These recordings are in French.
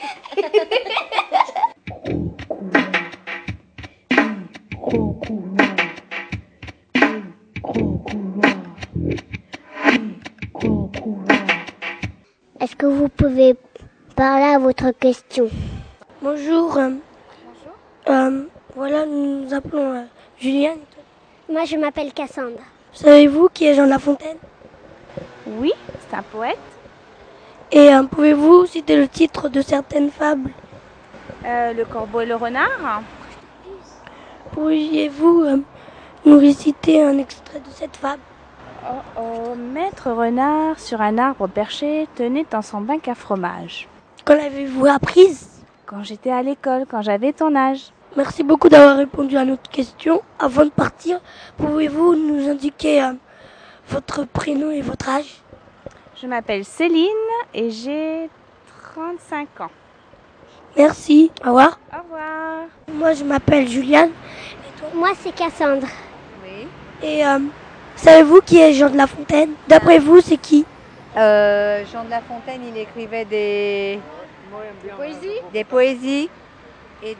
Est-ce que vous pouvez parler à votre question? Bonjour. Voilà, nous nous appelons Juliane. Moi, je m'appelle Cassandre. Savez-vous qui est Jean de La Fontaine? Oui, c'est un poète. Et pouvez-vous citer le titre de certaines fables? Le corbeau et le renard. Pourriez-vous nous réciter un extrait de cette fable? Maître renard sur un arbre perché tenait dans son bac à fromage. Quand l'avez-vous apprise? Quand j'étais à l'école, quand j'avais ton âge. Merci beaucoup d'avoir répondu à notre question. Avant de partir, pouvez-vous nous indiquer votre prénom et votre âge? Je m'appelle Céline et j'ai 35 ans. Merci. Au revoir. Au revoir. Moi, je m'appelle Juliane. Moi, c'est Cassandre. Oui. Et savez-vous qui est Jean de La Fontaine? D'après vous, c'est qui? Jean de La Fontaine, il écrivait des poésies et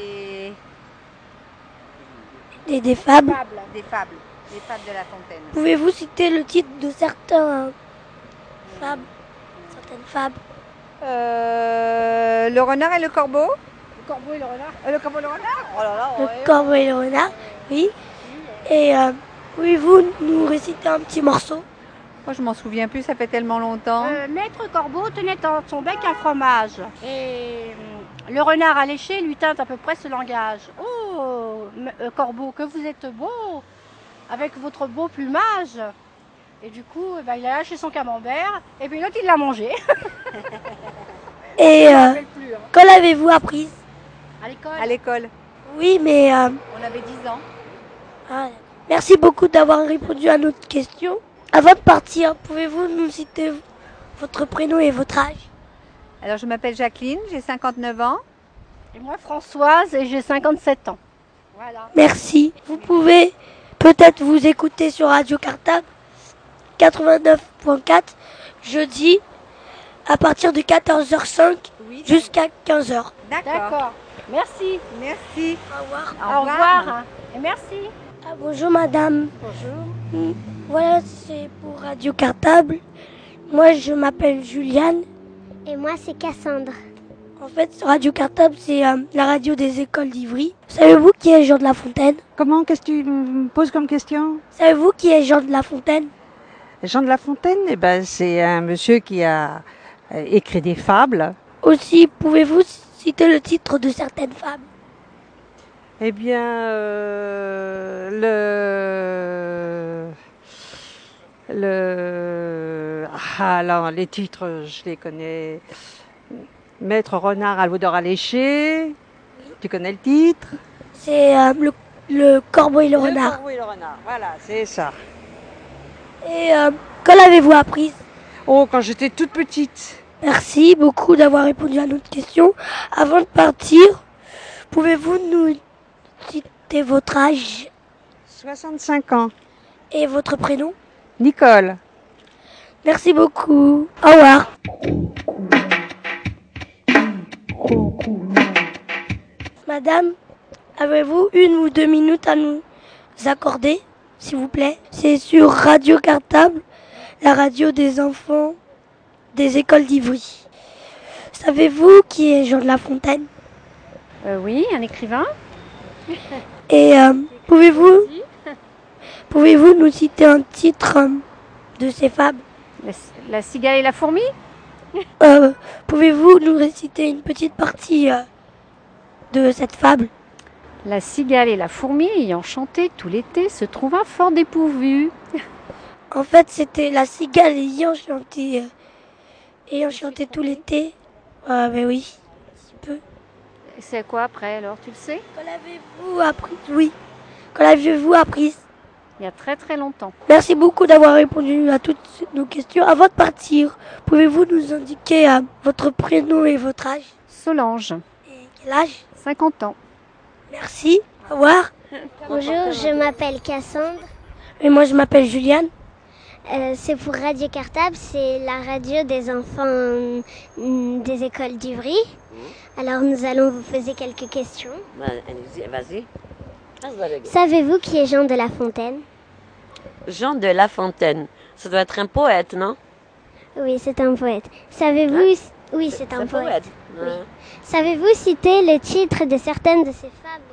Des fables. des fables de La Fontaine. Pouvez-vous citer le titre de certaines fables? Le renard et le corbeau. Le corbeau et le renard. Le corbeau et le renard. Oh là là, Le corbeau et le renard, oui. Et pouvez-vous nous réciter un petit morceau? Moi, je m'en souviens plus, ça fait tellement longtemps. Maître Corbeau tenait dans son bec un fromage. Et le renard alléché lui tint à peu près ce langage. Oh, Corbeau, que vous êtes beau, avec votre beau plumage. Et du coup, il a lâché son camembert, et puis l'autre, il l'a mangé. Et Plus, hein. quand l'avez-vous apprise? À l'école. À l'école. Oui, mais On avait 10 ans. merci beaucoup d'avoir répondu à notre question. Avant de partir, pouvez-vous nous citer votre prénom et votre âge? Alors, je m'appelle Jacqueline, j'ai 59 ans. Et moi, Françoise, et j'ai 57 ans. Voilà. Merci. Vous pouvez peut-être vous écouter sur Radio Cartable 89.4 jeudi à partir de 14h05 Oui. jusqu'à 15h. D'accord. Merci. Merci. Au revoir. Au revoir. Et merci. Bonjour madame. Bonjour. Voilà, c'est pour Radio Cartable. Moi, je m'appelle Juliane. Et moi, c'est Cassandre. En fait, Radio Cartable, c'est la radio des écoles d'Ivry. Savez-vous qui est Jean de La Fontaine? Comment? Qu'est-ce que tu me poses comme question? Savez-vous qui est Jean de La Fontaine? Jean de La Fontaine, c'est un monsieur qui a écrit des fables. Aussi, pouvez-vous citer le titre de certaines fables? Eh bien, alors, les titres, je les connais. Maître renard à l'odeur alléchée. Tu connais le titre? C'est le corbeau et le renard. Le corbeau et le renard, voilà, c'est ça. Et quand l'avez-vous apprise? Oh, quand j'étais toute petite. Merci beaucoup d'avoir répondu à notre question. Avant de partir, pouvez-vous nous citer votre âge 65 ans. et votre prénom? Nicole. Merci beaucoup. Au revoir. Madame, avez-vous 1 ou 2 minutes à nous accorder, s'il vous plaît? C'est sur Radio Cartable, la radio des enfants des écoles d'Ivry. Savez-vous qui est Jean de La Fontaine? Oui, un écrivain. Et pouvez-vous nous citer un titre de ces fables? La cigale et la fourmi. Pouvez-vous nous réciter une petite partie de cette fable? La cigale et la fourmi, ayant chanté tout l'été, se trouva fort dépourvue. En fait, c'était la cigale ayant chanté tout l'été. Ben oui, un petit peu. C'est quoi après alors, tu le sais? Quand l'avez-vous appris? Oui. Quand l'avez-vous apprise? Il y a très très longtemps. Merci beaucoup d'avoir répondu à toutes nos questions. Avant de partir, pouvez-vous nous indiquer votre prénom et votre âge? Solange, Et quel âge? 50 ans. Merci. Au revoir. Bonjour, je m'appelle Cassandre. Et moi, je m'appelle Juliane. C'est pour Radio Cartable, c'est la radio des enfants des écoles d'Ivry. Alors nous allons vous poser quelques questions. Allez-y, vas-y. Savez-vous qui est Jean de La Fontaine? Jean de La Fontaine. Ça doit être un poète, non? Oui, c'est un poète. Savez-vous... Oui, c'est un poète. Oui. Ouais. Savez-vous citer le titre de certaines de ces fables?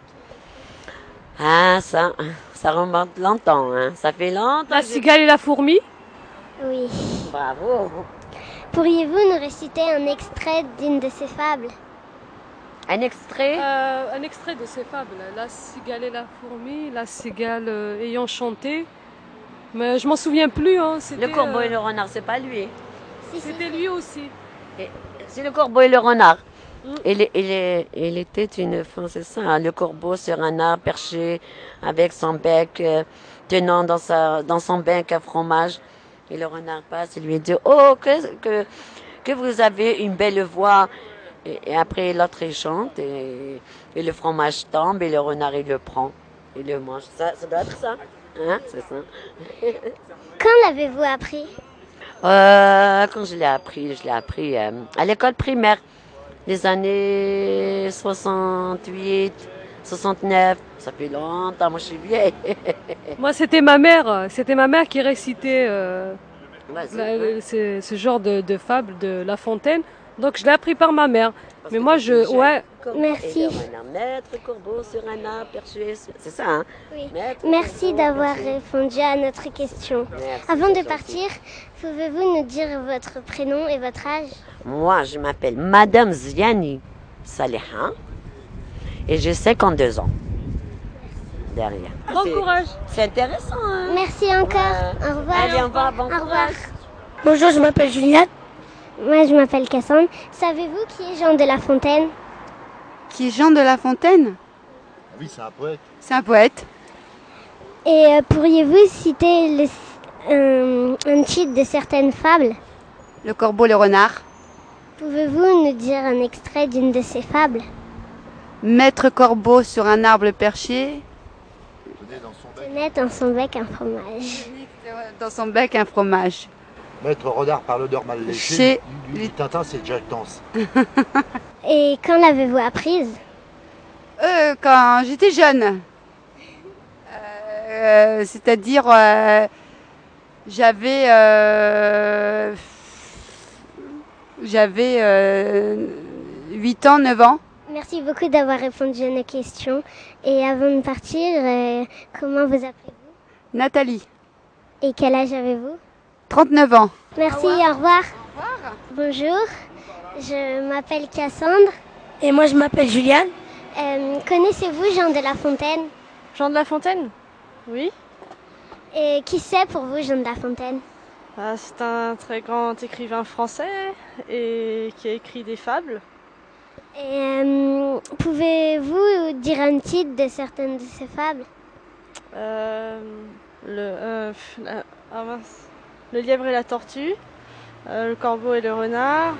Ah, ça remonte longtemps, hein. Ça fait longtemps. La cigale et la fourmi. Oui. Bravo. Pourriez-vous nous réciter un extrait d'une de ces fables? Un extrait? Un extrait de ces fables. La cigale et la fourmi, la cigale ayant chanté. Mais je m'en souviens plus. Hein. Le corbeau et le renard, c'est pas lui. C'était lui aussi. C'est le corbeau et le renard. Il était une fin, c'est ça, hein, le corbeau sur un arbre perché avec son bec, tenant dans son bec un fromage. Et le renard passe et lui dit, oh, que vous avez une belle voix. Et après, l'autre, il chante et le fromage tombe et le renard, il le prend. Il le mange. Ça doit être ça. Hein, c'est ça. Quand l'avez-vous appris? Quand je l'ai appris à l'école primaire. Les années 68, 69. Ça fait longtemps, moi je suis vieille. Moi, c'était ma mère qui récitait Vas-y. ce genre de fable de La Fontaine. Donc, je l'ai appris par ma mère. Parce Mais que moi, t'étais jeune. Merci. Et le renard, maître corbeau sur un arbre perché. C'est ça, hein? Oui. Maître Merci corbeau d'avoir perché. répondu à notre question. Merci, Avant c'est de gentil. partir, pouvez-vous nous dire votre prénom et votre âge? Moi, je m'appelle Madame Ziani Saleha et j'ai 52 ans. Derrière. Bon courage. C'est intéressant, hein? Merci encore. Ouais. Au revoir. Allez, au revoir, bon Au revoir. courage. Bonjour, je m'appelle Juliette. Moi, je m'appelle Cassandre. Savez-vous qui est Jean de La Fontaine? Qui est Jean de La Fontaine? Oui, c'est un poète. C'est un poète. Et pourriez-vous citer un titre de certaines fables? Le corbeau, le renard. Pouvez-vous nous dire un extrait d'une de ces fables? Maître corbeau sur un arbre perché. Tenez dans son bec. Tenait dans son bec un fromage. Dans son bec un fromage. Maître renard par l'odeur mal léchée. Chez Lui, Tintin, c'est Jack Dance. Et quand l'avez-vous apprise? Quand j'étais jeune. C'est-à-dire, j'avais 8 ans, 9 ans. Merci beaucoup d'avoir répondu à nos questions. Et avant de partir, comment vous appelez-vous? Nathalie, Et quel âge avez-vous? 39 ans. Merci, au revoir. Bonjour, je m'appelle Cassandre. Et moi, je m'appelle Juliane. Connaissez-vous Jean de La Fontaine? Jean de La Fontaine? Oui. Et qui c'est pour vous Jean de La Fontaine? C'est un très grand écrivain français et qui a écrit des fables. Et pouvez-vous dire un titre de certaines de ces fables? Le lièvre et la tortue, le corbeau et le renard.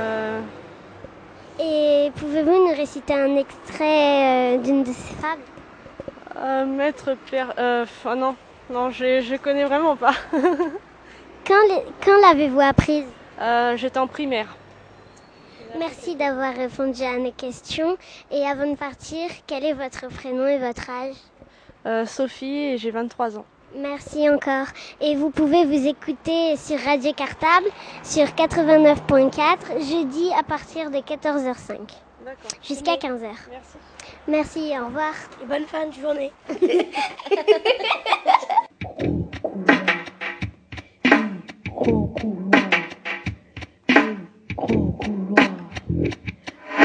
Et pouvez-vous nous réciter un extrait d'une de ces fables? Maître Pierre. Non, je connais vraiment pas. Quand l'avez-vous apprise? J'étais en primaire. Merci d'avoir répondu à nos questions. Et avant de partir, quel est votre prénom et votre âge? Sophie et j'ai 23 ans. Merci encore. Et vous pouvez vous écouter sur Radio Cartable sur 89.4 jeudi à partir de 14h05 jusqu'à 15h. Merci. Merci, au revoir. Et bonne fin de journée.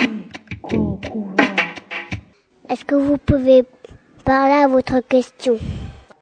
Est-ce que vous pouvez parler à votre question?